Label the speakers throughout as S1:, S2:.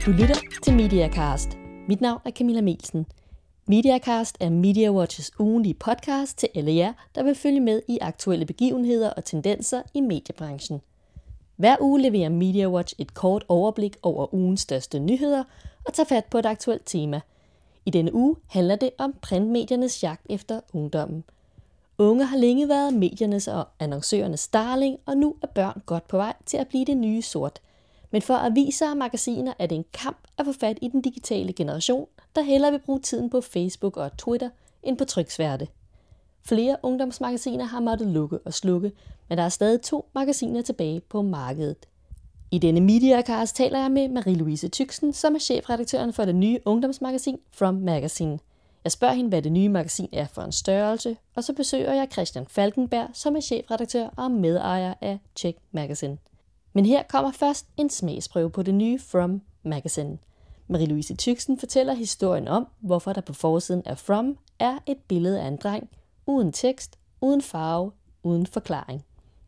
S1: Du lytter til Mediacast. Mit navn er Camilla Melsen. Mediacast er MediaWatch's ugentlige podcast til alle jer, der vil følge med i aktuelle begivenheder og tendenser i mediebranchen. Hver uge leverer MediaWatch et kort overblik over ugens største nyheder og tager fat på et aktuelt tema. I denne uge handler det om printmediernes jagt efter ungdommen. Unge har længe været mediernes og annoncørernes darling, og nu er børn godt på vej til at blive det nye sort. Men for aviser og magasiner er det en kamp at få fat i den digitale generation, der hellere vil bruge tiden på Facebook og Twitter end på tryksværte. Flere ungdomsmagasiner har måttet lukke og slukke, men der er stadig 2 magasiner tilbage på markedet. I denne Mediacast taler jeg med Marie-Louise Tyksen, som er chefredaktøren for det nye ungdomsmagasin From Magazine. Jeg spørger hende, hvad det nye magasin er for en størrelse, og så besøger jeg Christian Falkenberg, som er chefredaktør og medejer af Check Magazine. Men her kommer først en smagsprøve på det nye From Magazine. Marie-Louise Tyksen fortæller historien om, hvorfor der på forsiden af From er et billede af en dreng, uden tekst, uden farve, uden forklaring.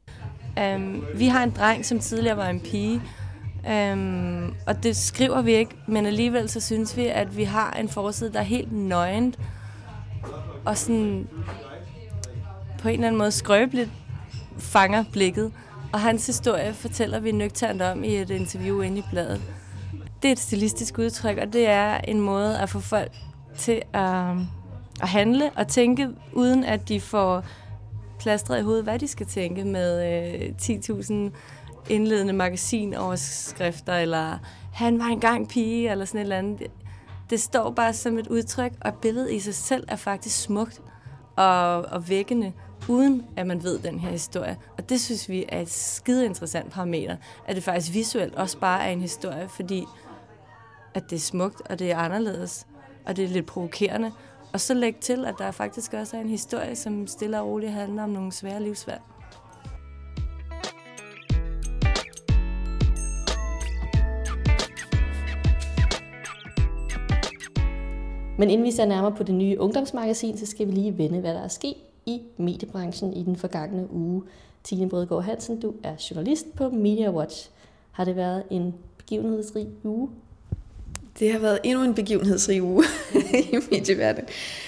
S2: Vi har en dreng, som tidligere var en pige, og det skriver vi ikke, men alligevel så synes vi, at vi har en forside, der er helt nøgent og sådan på en eller anden måde skrøbeligt fanger blikket. Og hans historie fortæller vi nøgternt om i et interview inde i bladet. Det er et stilistisk udtryk, og det er en måde at få folk til at handle og tænke, uden at de får plastret i hovedet, hvad de skal tænke med 10.000 indledende magazinoverskrifter, eller han var engang pige, eller sådan et eller andet. Det står bare som et udtryk, og billedet i sig selv er faktisk smukt og vækkende, uden at man ved den her historie. Og det synes vi er et skide interessant parameter, at det faktisk visuelt også bare er en historie, fordi at det er smukt, og det er anderledes, og det er lidt provokerende. Og så læg til, at der faktisk også er en historie, som stille og roligt handler om nogle svære livsvalg.
S1: Men inden vi ser nærmere på det nye ungdomsmagasin, så skal vi lige vende, hvad der er sket i mediebranchen i den forgangne uge. Tine Brødgaard Hansen, du er journalist på MediaWatch. Har det været en begivenhedsrig uge?
S3: Det har været endnu en begivenhedsrig uge i medieverdenen.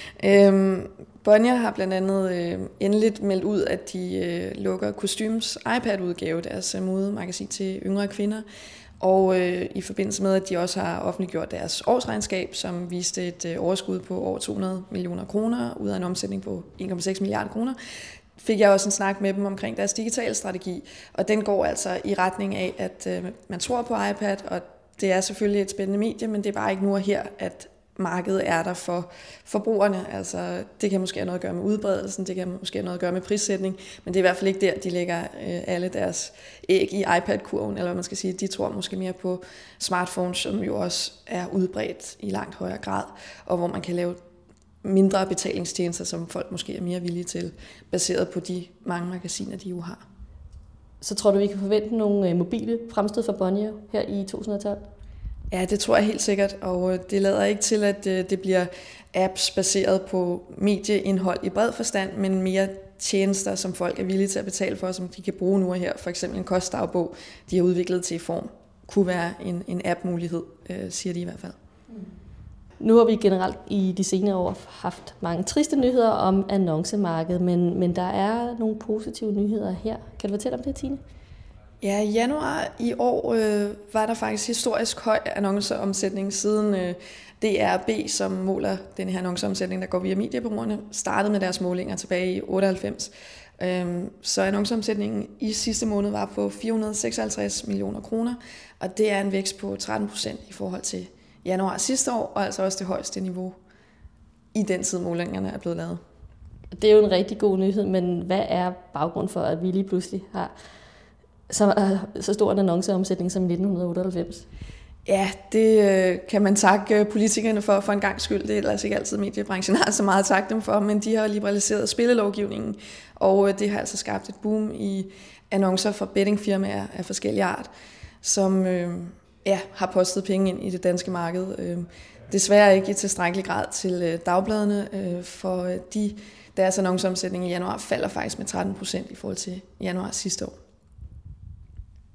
S3: Bonnier har blandt andet endeligt meldt ud, at de lukker Kostyms iPad-udgave, deres modemagasin til yngre kvinder. Og i forbindelse med, at de også har offentliggjort deres årsregnskab, som viste et overskud på over 200 millioner kroner, ud af en omsætning på 1,6 milliarder kroner, fik jeg også en snak med dem omkring deres digitale strategi. Og den går altså i retning af, at man tror på iPad, og det er selvfølgelig et spændende medie, men det er bare ikke nu og her, at markedet er der for forbrugerne. Altså, det kan måske have noget at gøre med udbredelsen, det kan måske have noget at gøre med prissætning, men det er i hvert fald ikke der, de lægger alle deres æg i iPad-kurven, eller hvad man skal sige. De tror måske mere på smartphones, som jo også er udbredt i langt højere grad, og hvor man kan lave mindre betalingstjenester, som folk måske er mere villige til, baseret på de mange magasiner, de jo har.
S1: Så tror du, vi kan forvente nogle mobile fremstød fra Bonnier her i 2012?
S3: Ja, det tror jeg helt sikkert, og det lader ikke til, at det bliver apps baseret på medieindhold i bred forstand, men mere tjenester, som folk er villige til at betale for, som de kan bruge nu og her. For eksempel en kostdagbog, de har udviklet til i form, kunne være en app-mulighed, siger de i hvert fald.
S1: Nu har vi generelt i de senere år haft mange triste nyheder om annoncemarkedet, men der er nogle positive nyheder her. Kan du fortælle om det, Tine?
S3: Ja, i januar i år var der faktisk historisk høj annonceomsætning siden DRB, som måler den her annonceomsætning, der går via mediebureauerne, startede med deres målinger tilbage i 98. Så annonceomsætningen i sidste måned var på 456 millioner kroner, og det er en vækst på 13% i forhold til januar sidste år, og altså også det højeste niveau i den tid målingerne er blevet lavet.
S1: Det er jo en rigtig god nyhed, men hvad er baggrunden for, at vi lige pludselig har så stor en annonceomsætning som 1998?
S3: Ja, det kan man takke politikerne for en gang skyld. Det er ellers ikke altid mediebranchen har så meget at takke dem for, men de har liberaliseret spillelovgivningen, og det har altså skabt et boom i annoncer for bettingfirmaer af forskellige art, som har postet penge ind i det danske marked. Desværre ikke i tilstrækkelig grad til dagbladene, for deres annonceomsætning i januar falder faktisk med 13% i forhold til januar sidste år.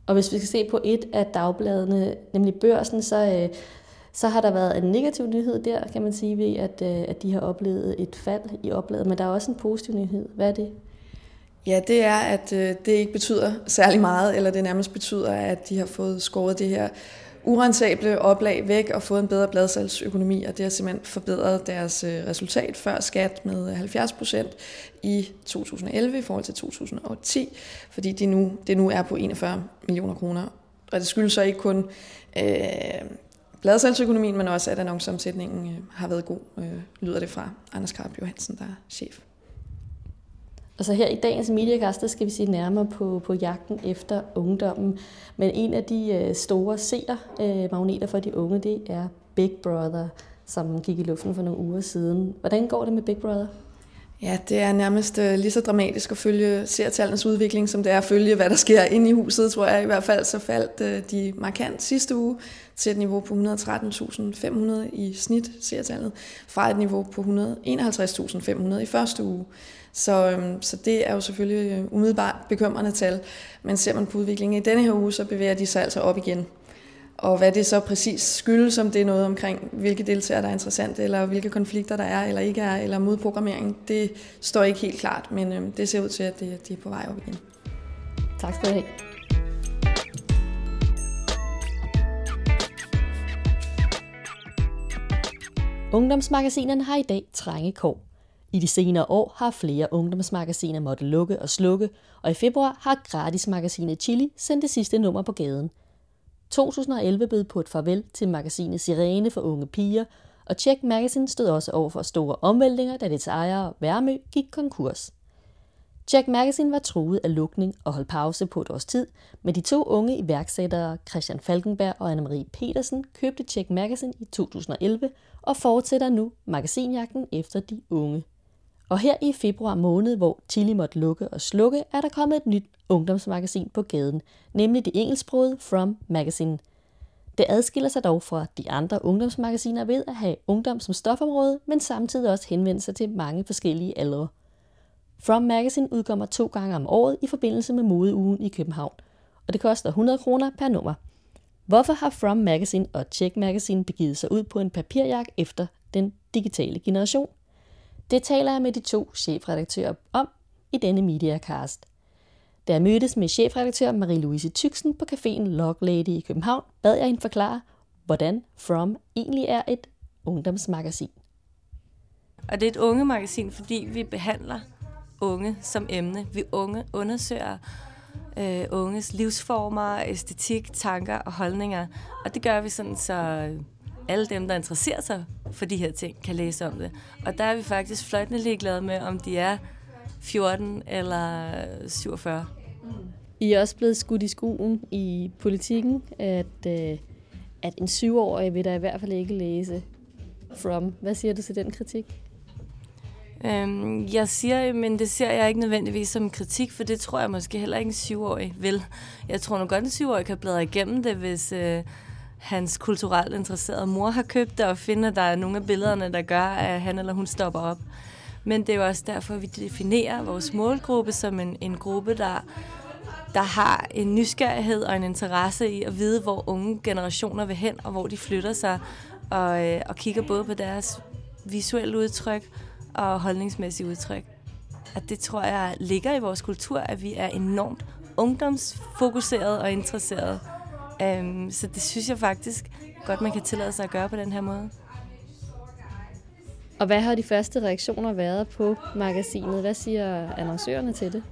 S1: Og hvis vi skal se på et af dagbladene, nemlig Børsen, så har der været en negativ nyhed der, kan man sige, ved at de har oplevet et fald i oplaget. Men der er også en positiv nyhed. Hvad er det?
S3: Ja, det er, at det ikke betyder særlig meget, eller det nærmest betyder, at de har fået skåret det her urentable oplag væk og fået en bedre bladsalgsøkonomi, og det har simpelthen forbedret deres resultat før skat med 70% i 2011 i forhold til 2010, fordi det nu er på 41 millioner kroner. Og det skyldes så ikke kun bladsalgsøkonomien, men også at annonceomsætningen har været god, lyder det fra Anders Karp Johansen, der er chef.
S1: Og så her i dagens Mediacast, der skal vi se nærmere på jagten efter ungdommen. Men en af de store magneter for de unge, det er Big Brother, som gik i luften for nogle uger siden. Hvordan går det med Big Brother?
S3: Ja, det er nærmest lige så dramatisk at følge seertallenes udvikling, som det er at følge, hvad der sker inde i huset, tror jeg. I hvert fald så faldt de markant sidste uge til et niveau på 113.500 i snit seertallet, fra et niveau på 151.500 i første uge. Så det er jo selvfølgelig umiddelbart bekymrende tal, men ser man på udviklingen i denne her uge, så bevæger de sig altså op igen. Og hvad det så præcis skyldes, om det er noget omkring, hvilke deltagere, der er interessante, eller hvilke konflikter der er eller ikke er, eller modprogrammering, det står ikke helt klart, men det ser ud til, at de er på vej op igen.
S1: Tak skal du have. Ungdomsmagasinerne har i dag trange kår. I de senere år har flere ungdomsmagasiner måttet lukke og slukke, og i februar har gratismagasinet Chili sendt det sidste nummer på gaden. 2011 bød på et farvel til magasinet Sirene for unge piger, og Check Magazine stod også over for store omvæltninger, da dets ejere Værmø gik konkurs. Check Magazine var truet af lukning og holdt pause på et års tid, men de to unge iværksættere Christian Falkenberg og Anne-Marie Petersen købte Check Magazine i 2011 og fortsætter nu magasinjagten efter de unge. Og her i februar måned, hvor Chili måtte lukke og slukke, er der kommet et nyt ungdomsmagasin på gaden, nemlig det engelsksprogede From Magazine. Det adskiller sig dog fra de andre ungdomsmagasiner ved at have ungdom som stofområde, men samtidig også henvende sig til mange forskellige aldre. From Magazine udkommer 2 gange om året i forbindelse med modeugen i København, og det koster 100 kroner per nummer. Hvorfor har From Magazine og Check Magazine begivet sig ud på en papirjagt efter den digitale generation? Det taler jeg med de 2 chefredaktører om i denne Mediacast. Da jeg mødtes med chefredaktør Marie-Louise Tyksen på caféen Log Lady i København, bad jeg hende forklare, hvordan From egentlig er et ungdomsmagasin.
S2: Og det er et ungemagasin, fordi vi behandler unge som emne. Vi unge undersøger unges livsformer, æstetik, tanker og holdninger. Og det gør vi sådan, så alle dem, der interesserer sig for de her ting, kan læse om det. Og der er vi faktisk fløjtende ligeglade med, om de er 14 eller 47.
S1: I er også blevet skudt i skuen i Politikken, at en 7-årig vil der i hvert fald ikke læse From. Hvad siger du til den kritik?
S2: Jeg siger, men det ser jeg ikke nødvendigvis som kritik, for det tror jeg måske heller ikke en 7-årig vil. Jeg tror nok godt, en 7-årig kan bladre igennem det, hvis hans kulturelt interesserede mor har købt det, og finder, at der er nogle af billederne, der gør, at han eller hun stopper op. Men det er jo også derfor, at vi definerer vores målgruppe som en gruppe, der har en nysgerrighed og en interesse i at vide, hvor unge generationer vil hen, og hvor de flytter sig, og kigger både på deres visuelle udtryk og holdningsmæssige udtryk. Og det tror jeg ligger i vores kultur, at vi er enormt ungdomsfokuseret og interesseret. Så det synes jeg faktisk godt, man kan tillade sig at gøre på den her måde.
S1: Og hvad har de første reaktioner været på magasinet? Hvad siger annoncørerne til det?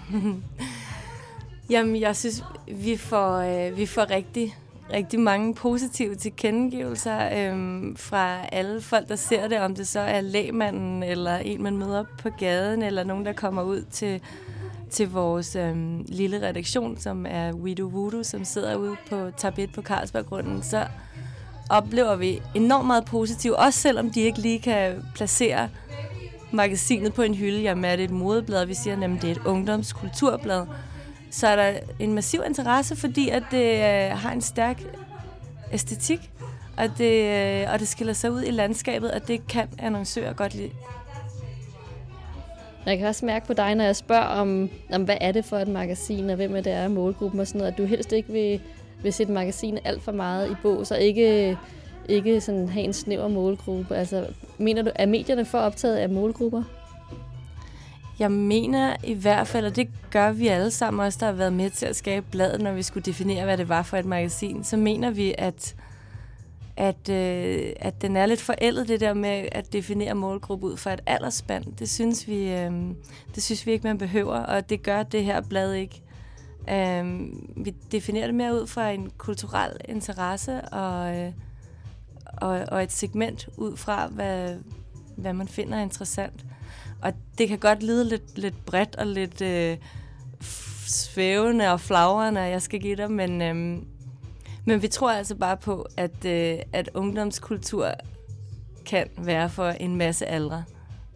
S2: Jamen, jeg synes, vi får rigtig mange positive tilkendegivelser fra alle folk, der ser det, om det så er lægmanden, eller en, man møder på gaden, eller nogen, der kommer ud til vores lille redaktion, som er Wido Voodoo, som sidder ude på Tabet på Carlsberggrunden, så oplever vi enormt meget positivt, også selvom de ikke lige kan placere magasinet på en hylde. Jamen, er det et modeblad? Vi siger, at det er et ungdomskulturblad. Så er der en massiv interesse, fordi at det har en stærk æstetik, og det skiller sig ud i landskabet, og det kan annoncører godt lide.
S1: Jeg kan også mærke på dig, når jeg spørger om hvad er det for et magasin, og hvem er det målgruppen og sådan noget, at du helst ikke vil sætte magasin alt for meget i bås, og ikke sådan have en snæver målgruppe. Altså, mener du, er medierne for optaget af målgrupper?
S2: Jeg mener i hvert fald, og det gør vi alle sammen også, der har været med til at skabe bladet, når vi skulle definere, hvad det var for et magasin, så mener vi, at den er lidt forældet, det der med at definere målgruppe ud fra et aldersspand. Det synes vi ikke, man behøver, og det gør det her blad ikke. Vi definerer det mere ud fra en kulturel interesse og et segment ud fra, hvad man finder interessant. Og det kan godt lyde lidt bredt og lidt svævende og flagrende, jeg skal give dig, men vi tror altså bare på, at ungdomskultur kan være for en masse aldre.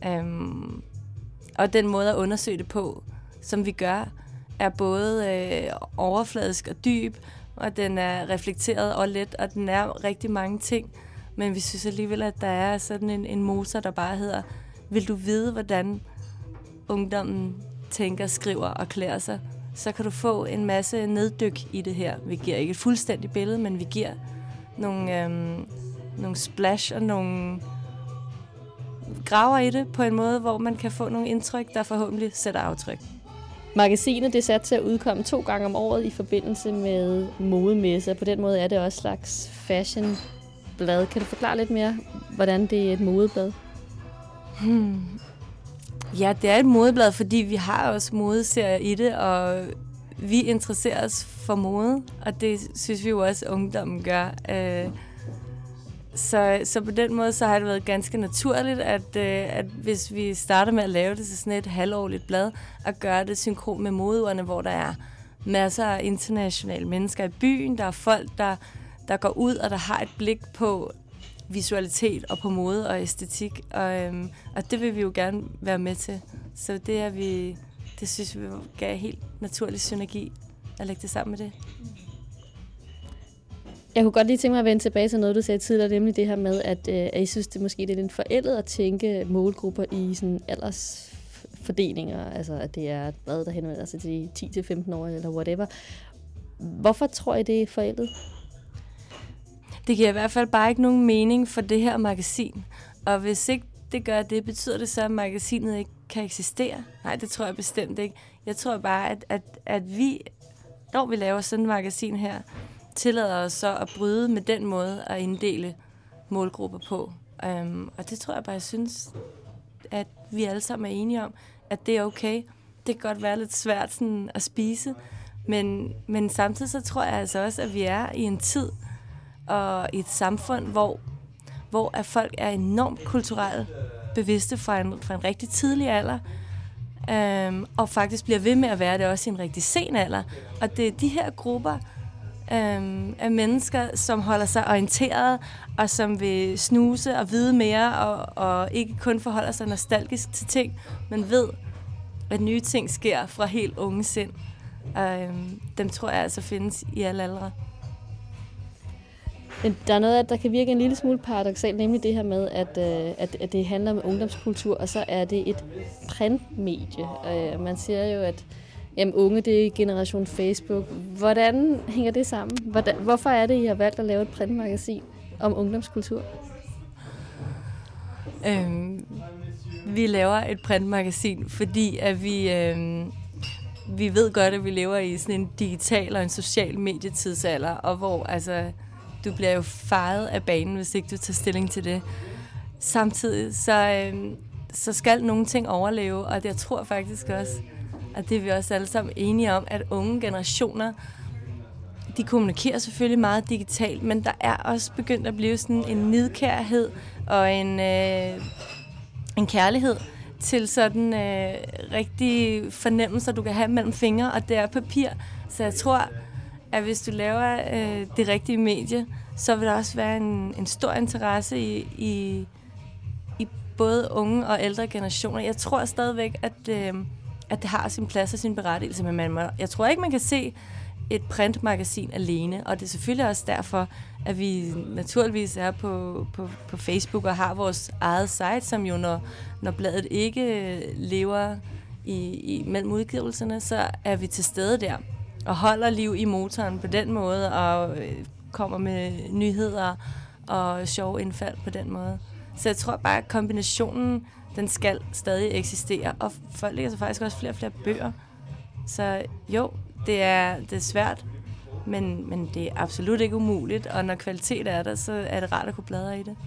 S2: Og den måde at undersøge det på, som vi gør, er både overfladisk og dyb, og den er reflekteret og let, og den er rigtig mange ting. Men vi synes alligevel, at der er sådan en motor, der bare hedder, vil du vide, hvordan ungdommen tænker, skriver og klæder sig, så kan du få en masse neddyk i det her. Vi giver ikke et fuldstændigt billede, men vi giver nogle splash og nogle graver i det på en måde, hvor man kan få nogle indtryk, der forhåbentlig sætter aftryk.
S1: Magasinet det er sat til at udkomme 2 gange om året i forbindelse med modemesser. På den måde er det også slags fashionblad. Kan du forklare lidt mere, hvordan det er et modeblad?
S2: Ja, det er et modeblad, fordi vi har også modeserier i det, og vi interesserer os for mode, og det synes vi jo også, ungdommen gør. Så på den måde så har det været ganske naturligt, at hvis vi starter med at lave det til sådan et halvårligt blad, at gøre det synkron med modeugerne, hvor der er masser af internationale mennesker i byen, der er folk, der går ud, og der har et blik på visualitet og på mode og æstetik, og det vil vi jo gerne være med til. Så det synes vi gav helt naturlig synergi at lægge det sammen med det.
S1: Jeg kunne godt lige tænke mig at vende tilbage til noget, du sagde tidligere, nemlig det her med, at I synes, det måske er lidt forældet at tænke målgrupper i sådan aldersfordelinger, altså at det er et blad, der henvender sig til 10-15 år eller whatever. Hvorfor tror I, det er forældet?
S2: Det giver i hvert fald bare ikke nogen mening for det her magasin. Og hvis ikke det gør det, betyder det så, at magasinet ikke kan eksistere? Nej, det tror jeg bestemt ikke. Jeg tror bare, at vi, når vi laver sådan et magasin her, tillader os så at bryde med den måde at inddele målgrupper på. Og det tror jeg bare, jeg synes, at vi alle sammen er enige om, at det er okay. Det kan godt være lidt svært sådan at spise, men samtidig så tror jeg altså også, at vi er i en tid og i et samfund, hvor at folk er enormt kulturelt bevidste fra en rigtig tidlig alder, og faktisk bliver ved med at være det også i en rigtig sen alder. Og det er de her grupper af mennesker, som holder sig orienteret, og som vil snuse og vide mere, og ikke kun forholder sig nostalgisk til ting, men ved, at nye ting sker fra helt unge sind. Dem tror jeg altså findes i alle aldre.
S1: Der er noget, der kan virke en lille smule paradoksalt, nemlig det her med, at det handler om ungdomskultur, og så er det et printmedie. Man siger jo, at unge, det er generation Facebook. Hvordan hænger det sammen? Hvorfor er det, I har valgt at lave et printmagasin om ungdomskultur?
S2: Vi laver et printmagasin, fordi at vi ved godt, at vi lever i sådan en digital og en social medietidsalder, og hvor altså du bliver jo faret af banen, hvis ikke du tager stilling til det. Samtidig så skal nogle ting overleve, og jeg tror faktisk også, at det er vi også alle sammen enige om, at unge generationer, de kommunikerer selvfølgelig meget digitalt, men der er også begyndt at blive sådan en nidkærhed og en kærlighed til sådan rigtige fornemmelser, du kan have mellem fingre, og det er papir. Så jeg tror, at hvis du laver det rigtige medie, så vil der også være en stor interesse i både unge og ældre generationer. Jeg tror stadigvæk, at det har sin plads og sin berettigelse, men jeg tror ikke, man kan se et printmagasin alene, og det er selvfølgelig også derfor, at vi naturligvis er på Facebook og har vores eget site, som jo, når bladet ikke lever mellem udgivelserne, så er vi til stede der og holder liv i motoren på den måde, og kommer med nyheder og sjove indfald på den måde. Så jeg tror bare, at kombinationen, den skal stadig eksistere, og folk læser så faktisk også flere og flere bøger. Så jo, det er svært, men det er absolut ikke umuligt, og når kvalitet er der, så er det rart at kunne bladre i det.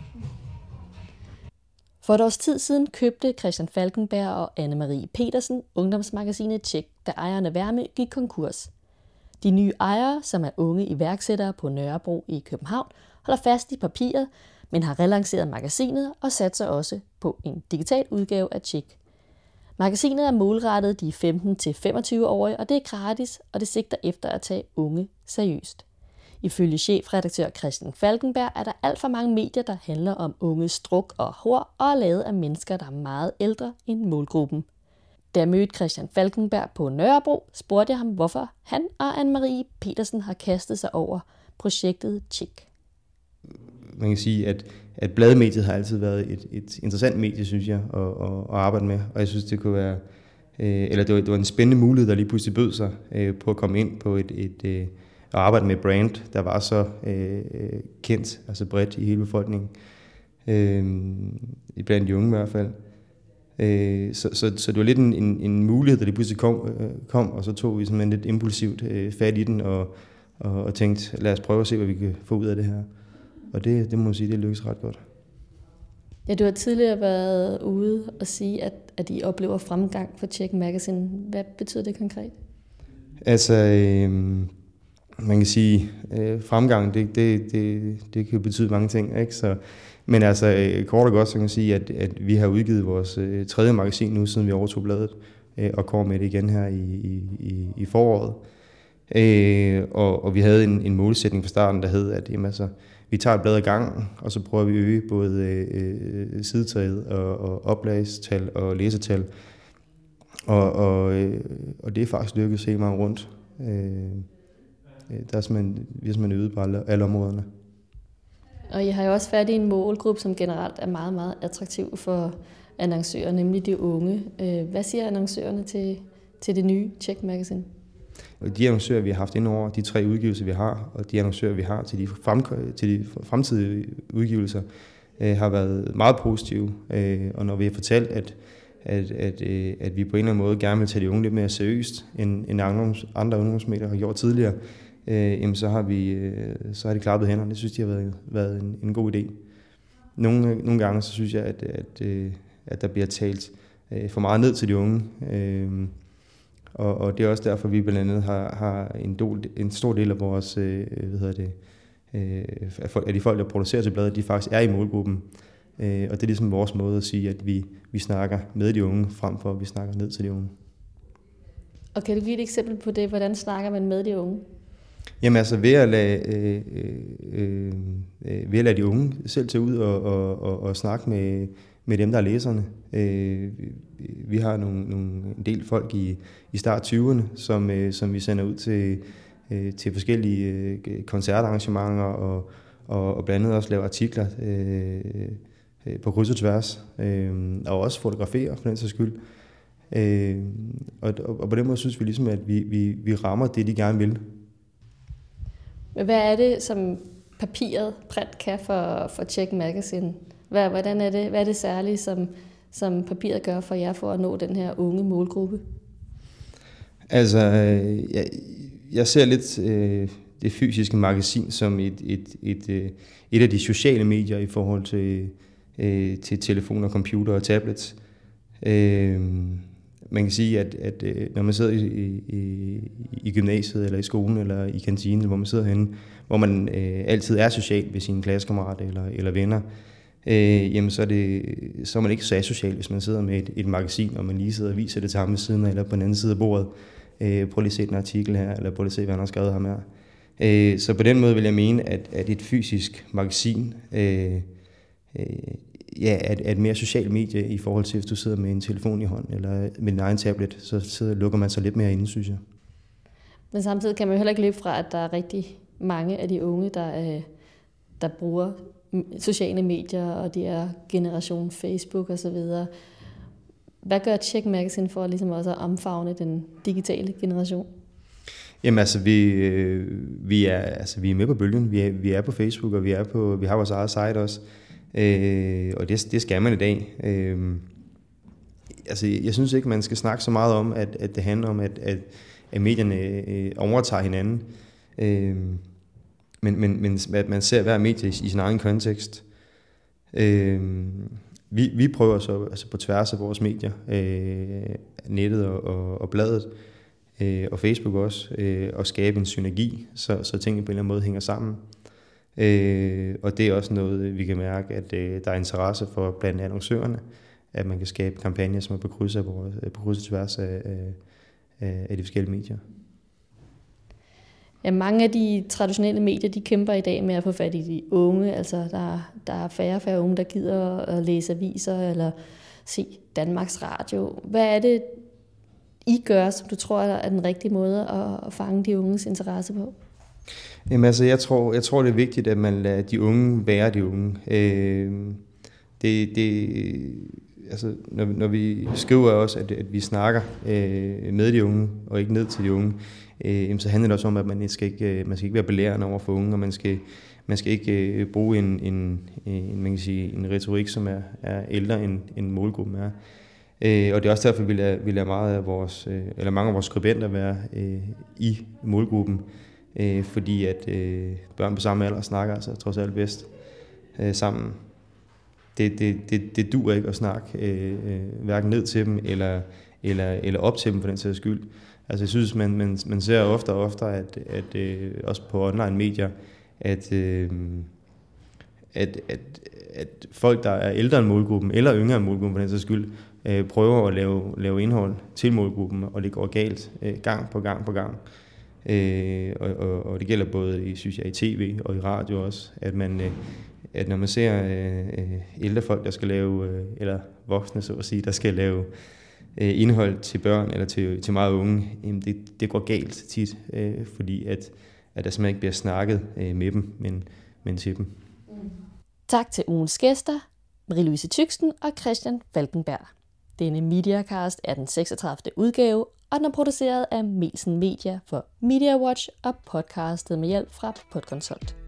S1: For et års tid siden købte Christian Falkenberg og Anne-Marie Petersen ungdomsmagasinet Tjek, da ejerne Værme gik konkurs. De nye ejere, som er unge iværksættere på Nørrebro i København, holder fast i papiret, men har relanceret magasinet og satser også på en digital udgave af Tjek. Magasinet er målrettet de 15-25-årige, og det er gratis, og det sigter efter at tage unge seriøst. Ifølge chefredaktør Christian Falkenberg er der alt for mange medier, der handler om unges druk og hår, og er lavet af mennesker, der er meget ældre end målgruppen. Da jeg mødte Christian Falkenberg på Nørrebro, spurgte jeg ham, hvorfor han og Anne-Marie Petersen har kastet sig over projektet Tjek.
S4: Man kan sige, at bladmediet har altid været et interessant medie, synes jeg, at arbejde med. Og jeg synes, det kunne være, det var en spændende mulighed, der lige pludselig bød sig på at komme ind på og arbejde med et brand, der var så kendt, altså bredt i hele befolkningen. Blandt de unge i hvert fald. Så det var lidt en mulighed, der lige pludselig kom, og så tog vi simpelthen lidt impulsivt fat i den, og tænkte, lad os prøve at se, hvad vi kan få ud af det her. Og det må man sige, det lykkedes ret godt.
S1: Ja, du har tidligere været ude og sige, at I oplever fremgang for Tjek Magazine. Hvad betyder det konkret?
S4: Altså, man kan sige, fremgang, det kan betyde mange ting, ikke? Så, men altså, kort og godt, så kan man sige, at vi har udgivet vores tredje magasin nu, siden vi overtog bladet, og kommer med det igen her i foråret. Og vi havde en målsætning fra starten, der hed, at jamen, altså, vi tager et blad ad gangen, og så prøver vi at øge både sidetaget og oplagstal og læsetal. Og det er faktisk lykkedes helt meget rundt. Vi har simpelthen øget på alle områderne.
S1: Og I har jo også fat i en målgruppe, som generelt er meget, meget attraktiv for annoncører, nemlig de unge. Hvad siger annoncørerne til det nye Tjek Magazine?
S4: De annoncører, vi har haft indover, de 3 udgivelser, vi har, og de annoncører, vi har til de fremtidige udgivelser, har været meget positive. Og når vi har fortalt, at vi på en eller anden måde gerne vil tage de unge lidt mere seriøst, end andre ungdomsmedier har gjort tidligere, så har de klappet hænderne. Det synes de har været en god idé. Nogle gange så synes jeg, at der bliver talt for meget ned til de unge. Og det er også derfor, vi blandt andet har en stor del af vores, af de folk, der producerer til bladet, de faktisk er i målgruppen. Og det er ligesom vores måde at sige, at vi snakker med de unge, frem for at vi snakker ned til de unge.
S1: Og kan du give et eksempel på det? Hvordan snakker man med de unge?
S4: Jamen altså ved at lade de unge selv tage ud og snakke med dem, der er læserne. Vi har en del folk i start 20'erne, som vi sender ud til forskellige koncertarrangementer og blandt andet også laver artikler på kryds og tværs, og også fotograferer for den sags skyld. Og på den måde synes vi ligesom, at vi rammer det, de gerne vil.
S1: Men hvad er det, som papiret, print, kan for Tjek Magazine? Hvordan er det? Hvad er det særlige, som papiret gør for jer for at nå den her unge målgruppe? Altså,
S4: jeg ser lidt det fysiske magasin som et af de sociale medier i forhold til telefoner, computer og tablets. Man kan sige, at når man sidder i gymnasiet eller i skolen eller i kantinen, hvor man sidder henne, hvor man altid er social ved sine klassekammerater eller venner, jamen så er man ikke så asocial, hvis man sidder med et magasin, og man lige sidder og viser det til ham ved siden af, eller på den anden side af bordet. Prøv lige at se den artikel her, eller prøv lige at se, hvad han har skrevet ham her. Så på den måde vil jeg mene, at et fysisk magasin er et mere socialt medie i forhold til, hvis du sidder med en telefon i hånden, eller med din egen tablet, så lukker man sig lidt mere inde, synes jeg.
S1: Men samtidig kan man jo heller ikke løbe fra, at der er rigtig mange af de unge, der bruger sociale medier, og det er generation Facebook osv. Hvad gør Check Magazine for ligesom også at omfavne den digitale generation?
S4: Jamen altså, vi er med på bølgen. Vi er på Facebook, og vi har vores eget site også. Og det skal man i dag. Altså, jeg synes ikke, man skal snakke så meget om, at det handler om, at medierne overtager hinanden. Men at man ser hver medie i sin egen kontekst. Vi prøver så altså på tværs af vores medier, nettet og bladet, og Facebook også, at skabe en synergi, så tingene på en eller anden måde hænger sammen. Og det er også noget, vi kan mærke, at der er interesse for blandt annoncørerne, at man kan skabe kampagner, som er på kryds og tværs af de forskellige medier.
S1: Ja, mange af de traditionelle medier, de kæmper i dag med at få fat i de unge. Altså, der er færre og færre unge, der gider at læse aviser eller se Danmarks Radio. Hvad er det, I gør, som du tror er den rigtige måde at fange de unges interesse på?
S4: Jamen altså, jeg tror, det er vigtigt, at man lader de unge være de unge. Altså, når vi skriver også, at vi snakker med de unge, og ikke ned til de unge, så handler det også om, at man skal ikke være belærende over for unge, og man skal ikke bruge man kan sige, en retorik, som er ældre end målgruppen er. Og det er også derfor, vi lader mange af vores skribenter være i målgruppen, fordi at børn på samme alder snakker altså trods alt bedst sammen. Det duer ikke at snakke hverken ned til dem eller op til dem for den sags skyld. Altså jeg synes, man ser oftere og oftere, at også på online medier, at folk, der er ældre end målgruppen, eller yngre end målgruppen for den sags skyld, prøver at lave indhold til målgruppen, og det går galt gang på gang. Og det gælder både i tv og i radio også, at når man ser ældre folk, der skal lave, eller voksne så at sige, der skal lave indhold til børn eller til meget unge, jamen det går galt tit, fordi at der simpelthen ikke bliver snakket med dem, men til dem.
S1: Tak til ugens gæster, Marie-Louise Tyksten og Christian Falkenberg. Denne Mediacast er den 36. udgave, og den er produceret af Melsen Media for Media Watch og podcastet med hjælp fra Podconsult.